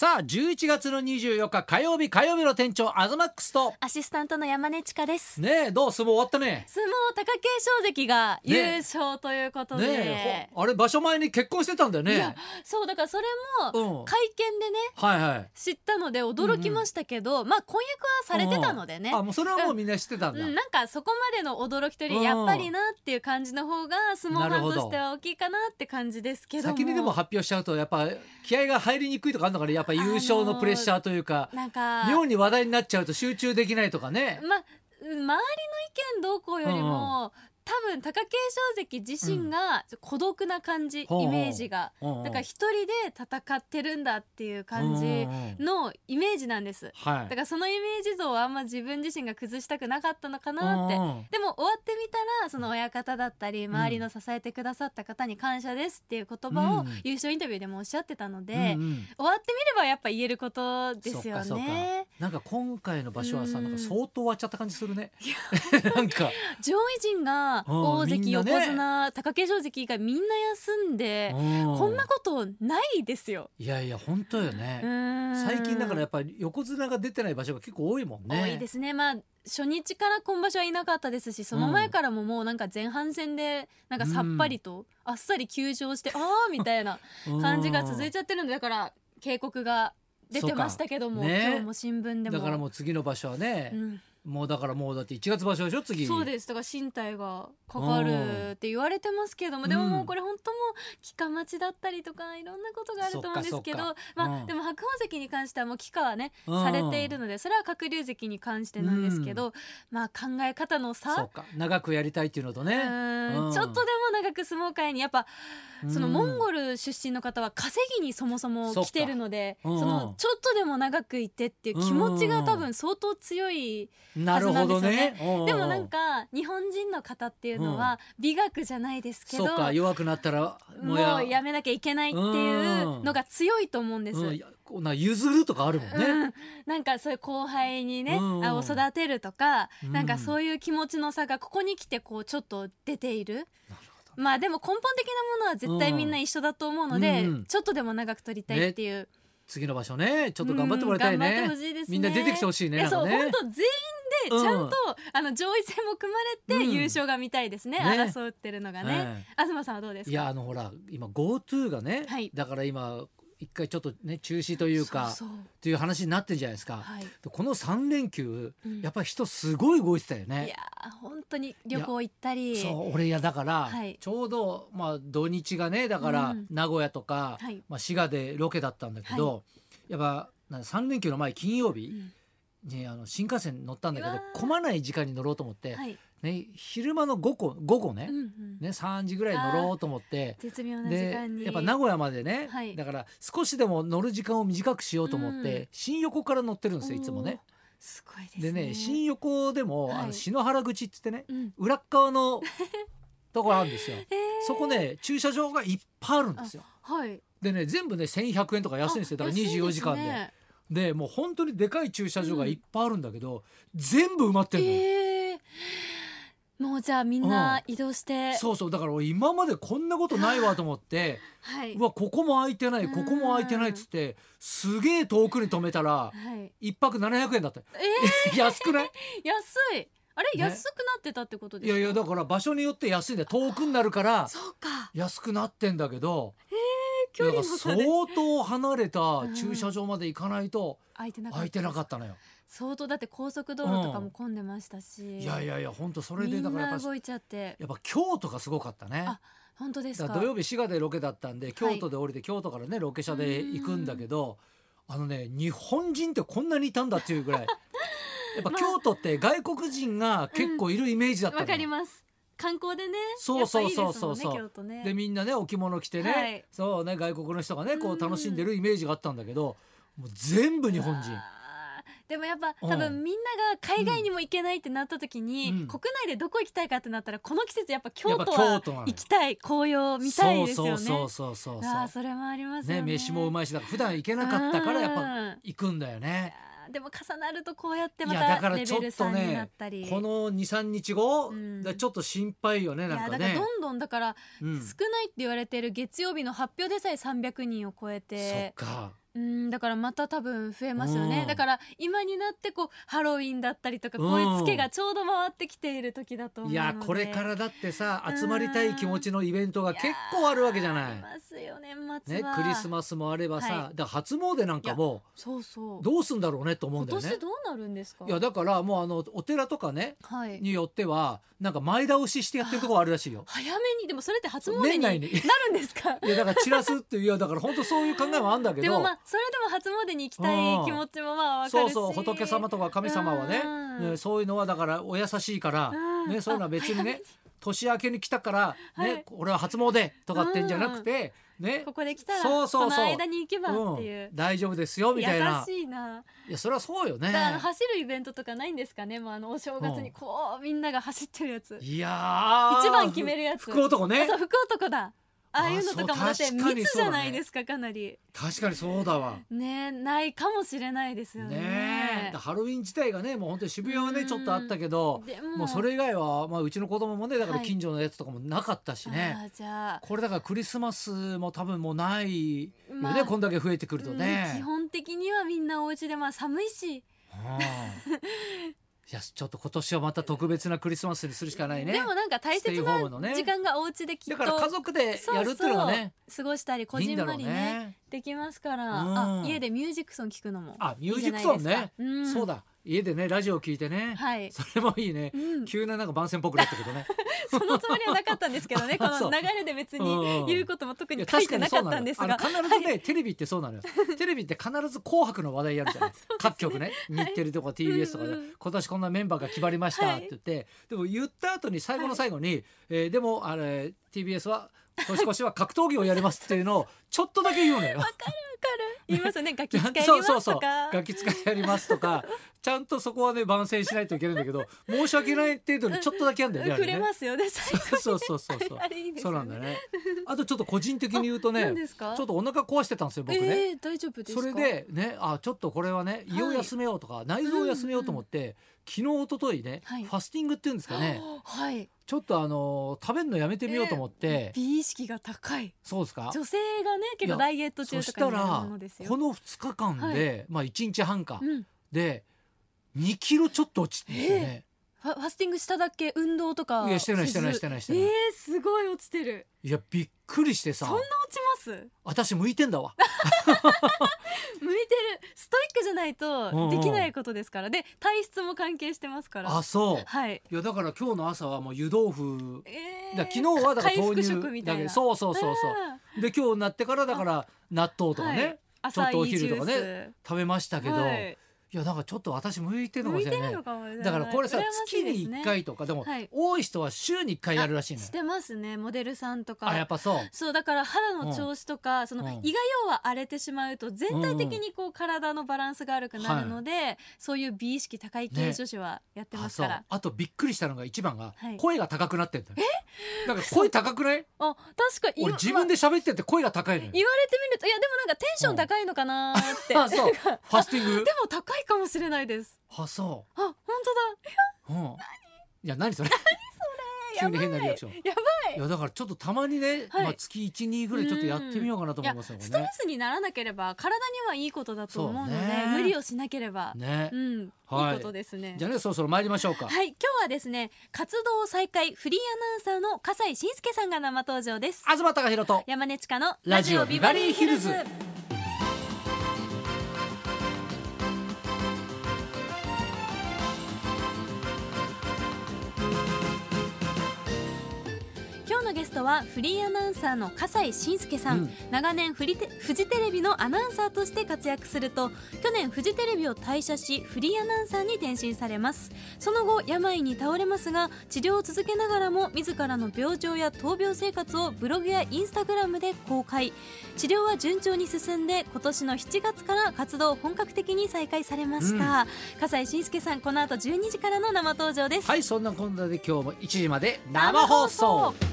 さあ11月の24日火曜日の店長アズマックスとアシスタントの山根千佳です。 ねえ、どう相撲終わったね。 相撲貴景勝関が優勝ということで、 ねえ、あれ場所前に結婚してたんだよね。 いやそうだからそれも会見でね、 はいはい、 知ったので驚きましたけど、まあ婚約はされてたのでね、 あ、もうそれはもうみんな知ってたんだ、 なんかそこまでの驚きというよりやっぱりなっていう感じの方が相撲ファンとしては大きいかなって感じですけども、 先にでも発表しちゃうとやっぱ気合が入りにくいとかあるのかね。やっぱ優勝のプレッシャーというか、 なんか妙に話題になっちゃうと集中できないとかね。 まあ周りの意見どうこうよりも、多分貴景勝関自身が孤独な感じ、イメージが、だから一人で戦ってるんだっていう感じのイメージなんです、だからそのイメージ像をあんま自分自身が崩したくなかったのかなって、でも終わってみたらその親方だったり周りの支えてくださった方に感謝ですっていう言葉を優勝インタビューでもおっしゃってたので、終わってみればやっぱ言えることですよね。 なんか今回の場所はさ、なんか相当終わっちゃった感じするねなんか上位陣が大関横綱、貴景勝関以外みんな休んで、こんなことないですよ。 いやいや本当よね。最近だからやっぱり横綱が出てない場所が結構多いもんね。 多いですね。まあ初日から今場所はいなかったですし、その前からももうなんか前半戦でなんかさっぱりとあっさり休場して、あーみたいな感じが続いちゃってるんで、だから警告が出てましたけども、今日も新聞でもだからもう次の場所はね、もうだからもうだって1月場所でしょ次。 そうです。だから身体がかかるって言われてますけども、でももうこれ本当も期間待ちだったりとかいろんなことがあると思うんですけど、まあでも白鵬関に関してはもう期間はねされているので、それは鶴竜関に関してなんですけど、まあ考え方の差、 そうか、長くやりたいっていうのとね、 ちょっとでも長く相撲界にやっぱそのモンゴル出身の方は稼ぎにそもそも来てるので、そのちょっとでも長くいてっていう気持ちが多分相当強いはずなんですよね。でもなんか日本人の方っていうのは美学じゃないですけど、 そうか、弱くなったらもうやめなきゃいけないっていうのが強いと思うんです。 譲るとかあるもんね、 なんかそういう後輩にね、を育てるとか、なんかそういう気持ちの差がここに来てこうちょっと出ている。まあでも根本的なものは絶対みんな一緒だと思うので、ちょっとでも長く取りたいっていう、 次の場所ねちょっと頑張ってもらいたいね。 頑張ってほしいですね。 みんな出てきてほしいね。 そう本当全員でちゃんと、上位戦も組まれて優勝が見たいですね、争ってるのがね。東さんはどうですか。 いやほら今 GoTo がね、だから今一回ちょっとね中止というかっていう話になってるじゃないですか、この3連休、やっぱり人すごい動いてたよね。 いや本当に旅行行ったり。 そう俺だから、ちょうど土日がねだから名古屋とか、滋賀でロケだったんだけど、やっぱ3連休の前金曜日に新幹線乗ったんだけど混まない時間に乗ろうと思って、昼間の午後ね、3時ぐらい乗ろうと思って、 絶妙な時間にでやっぱ名古屋までね、だから少しでも乗る時間を短くしようと思って、新横から乗ってるんですよいつもね。 すごいですね。 でね新横でも、篠原口っつってね、裏っ側のところあるんですよそこね駐車場がいっぱいあるんですよ。でね全部ね1100円とか安いんですよ。だから24時間で、もう本当にでかい駐車場がいっぱいあるんだけど、全部埋まってんのよ。 もうじゃあみんな移動して、 そうだから俺今までこんなことないわと思って、うわここも空いてないここも空いてないっつってすげえ遠くに止めたら、1泊700円だった。安くない？ 安い。あれ、安くなってたってことですか？ いやだから場所によって安いんだよ。遠くになるから安くなってんだけど、 距離の差で相当離れた駐車場まで行かないと空いてなかったのよ。 相当だって高速道路とかも混んでましたし、 いや本当それでだからみんな動いちゃって、 やっぱ京都がすごかったね。 本当ですか。 土曜日滋賀でロケだったんで京都で降りて、京都からねロケ車で行くんだけど、日本人ってこんなにいたんだっていうぐらいやっぱ京都って外国人が結構いるイメージだったの。 わかります。観光でね。 そう京都ね。 でみんなねお着物着てね、そうね外国の人がねこう楽しんでるイメージがあったんだけど、もう全部日本人。 でもやっぱ多分みんなが海外にも行けないってなった時に、国内でどこ行きたいかってなったらこの季節やっぱ京都は行きたい、紅葉見たいですよね。 そうそれもありますよね。 飯もうまいし、だから普段行けなかったからやっぱ行くんだよね。 でも重なるとこうやってまたレベル3になったり、 この 2,3 日後、ちょっと心配よね。なんかね、 だからどんどんだから、少ないって言われてる月曜日の発表でさえ300人を超えて、 だからまた多分増えますよね。だから今になってこうハロウィンだったりとか、こういうツケがちょうど回ってきている時だと思うので、 いやこれからだってさ、集まりたい気持ちのイベントが結構あるわけじゃない。 ありますよ年末は、 クリスマスもあればさ、だから初詣なんかもどうすんだろうねと思うんだよね。 今年どうなるんですか。 いやだからもうお寺とかね、によってはなんか前倒ししてやってるところあるらしいよ。 早めに。でもそれって初詣になるんですか。 いやだから散らすっていう、いやだから本当そういう考えもあるんだけど、 でもまあそれでも初詣に行きたい気持ちもまあ分かるし、 そう仏様とか神様はね、そういうのはだからお優しいから、そういうのは別にね年明けに来たからね、俺は初詣とかってんじゃなくてね、 ここで来たらこの間に行けばっていう、 大丈夫ですよみたいな。 優しいな。 いやそれはそうよね。 走るイベントとかないんですかね。もうお正月にこうみんなが走ってるやつ、 いや一番決めるやつ、 福男ね。 そう福男だ。ああいうのとかもだって密じゃないですか、かなり。 確かにそうだわね、ないかもしれないですよね。 ハロウィン自体がねもう本当に渋谷はねちょっとあったけど、もうそれ以外はまあうちの子供もねだから近所のやつとかもなかったしね。 じゃあこれだからクリスマスも多分もうないよね、こんだけ増えてくるとね。 基本的にはみんなお家でまあ寒いし。 いやちょっと今年はまた特別なクリスマスにするしかないね。 でもなんか大切な時間がお家できっと、 だから家族でやるっていうのがね、 過ごしたりこじんまりねできますから、家でミュージックソン聞くのもいいじゃないですか。 ミュージックソンね、そうだ、家でねラジオ聞いてね、それもいいね。急ななんか番宣っぽくなったけどね。 そのつもりはなかったんですけどね。この流れで別に言うことも特に書いてなかったんですが、 必ずねテレビってそうなのよ。テレビって必ず紅白の話題やるじゃない。各局ね、日テレとか TBS とかで今年こんなメンバーが決まりましたって言って、でも言った後に最後の最後にでもあれ TBS は年越しは格闘技をやりますっていうのをちょっとだけ言うのよ。 わかる言いますよね。ガキ使やりますとか、 ガキ使やりますとか、ちゃんとそこはね番宣しないといけないんだけど、申し訳ない程度にちょっとだけやるんだよね。 くれますよね。 そうなんだよね。あとちょっと個人的に言うとね、ちょっとお腹壊してたんですよ僕ね。 大丈夫ですか。 それでね、ちょっとこれはね胃を休めようとか内臓を休めようと思って昨日一昨日ねファスティングっていうんですかね、ちょっと食べるのやめてみようと思って。 美意識が高い。 そうですか。 女性がね結構ダイエット中とかになるものですよ。 この2日間でまあ1日半かで2キロちょっと落ちてるんですよね。 ファスティングしただけ、運動とか。 いやしてない。すごい落ちてる。 いやびっくりしてさ。 そんな落ちます？ 私向いてんだわ。 向いてる。ストイックじゃないとできないことですから。で体質も関係してますから。 そう。いやだから今日の朝はもう湯豆腐。昨日はだから豆乳だけ。そう。で今日になってからだから納豆とかね、ちょっとお昼とかね食べましたけど。いやだからちょっと私向いてるのかもしれない。だからこれさ月に1回とかでも多い人は週に1回やるらしいのよ。 してますね、モデルさんとか。 やっぱそうだから肌の調子とか、その胃が要は荒れてしまうと全体的にこう体のバランスが悪くなるので、そういう美意識高い系女子はやってますから。 あとびっくりしたのが一番が声が高くなってんだよ。なんか声高くない？ 確かに。 俺自分で喋ってて声が高いのよ。 言われてみると、いやでもなんかテンション高いのかなって。 そうファスティングでも高いかもしれないです。 そう。 本当だ。 いや何それ。急に変なリアクション。 やばい。 いやだからちょっとたまにね、月 1,2 ぐらいちょっとやってみようかなと思いますよね。 ストレスにならなければ体にはいいことだと思うので、無理をしなければいいことですね。 じゃあねそろそろ参りましょうか。 今日はですね、活動再開フリーアナウンサーの笠井信介さんが生登場です。 東貴博と山根千佳のラジオビバリーヒルズ。 ゲストはフリーアナウンサーの笠井信介さん、長年フジテレビのアナウンサーとして活躍すると、去年フジテレビを退社しフリーアナウンサーに転身されます。その後病に倒れますが、治療を続けながらも自らの病状や闘病生活をブログやインスタグラムで公開。治療は順調に進んで今年の7月から活動を本格的に再開されました。笠井信介さん、この後12時からの生登場です。 そんなこんなで今日も1時まで生放送。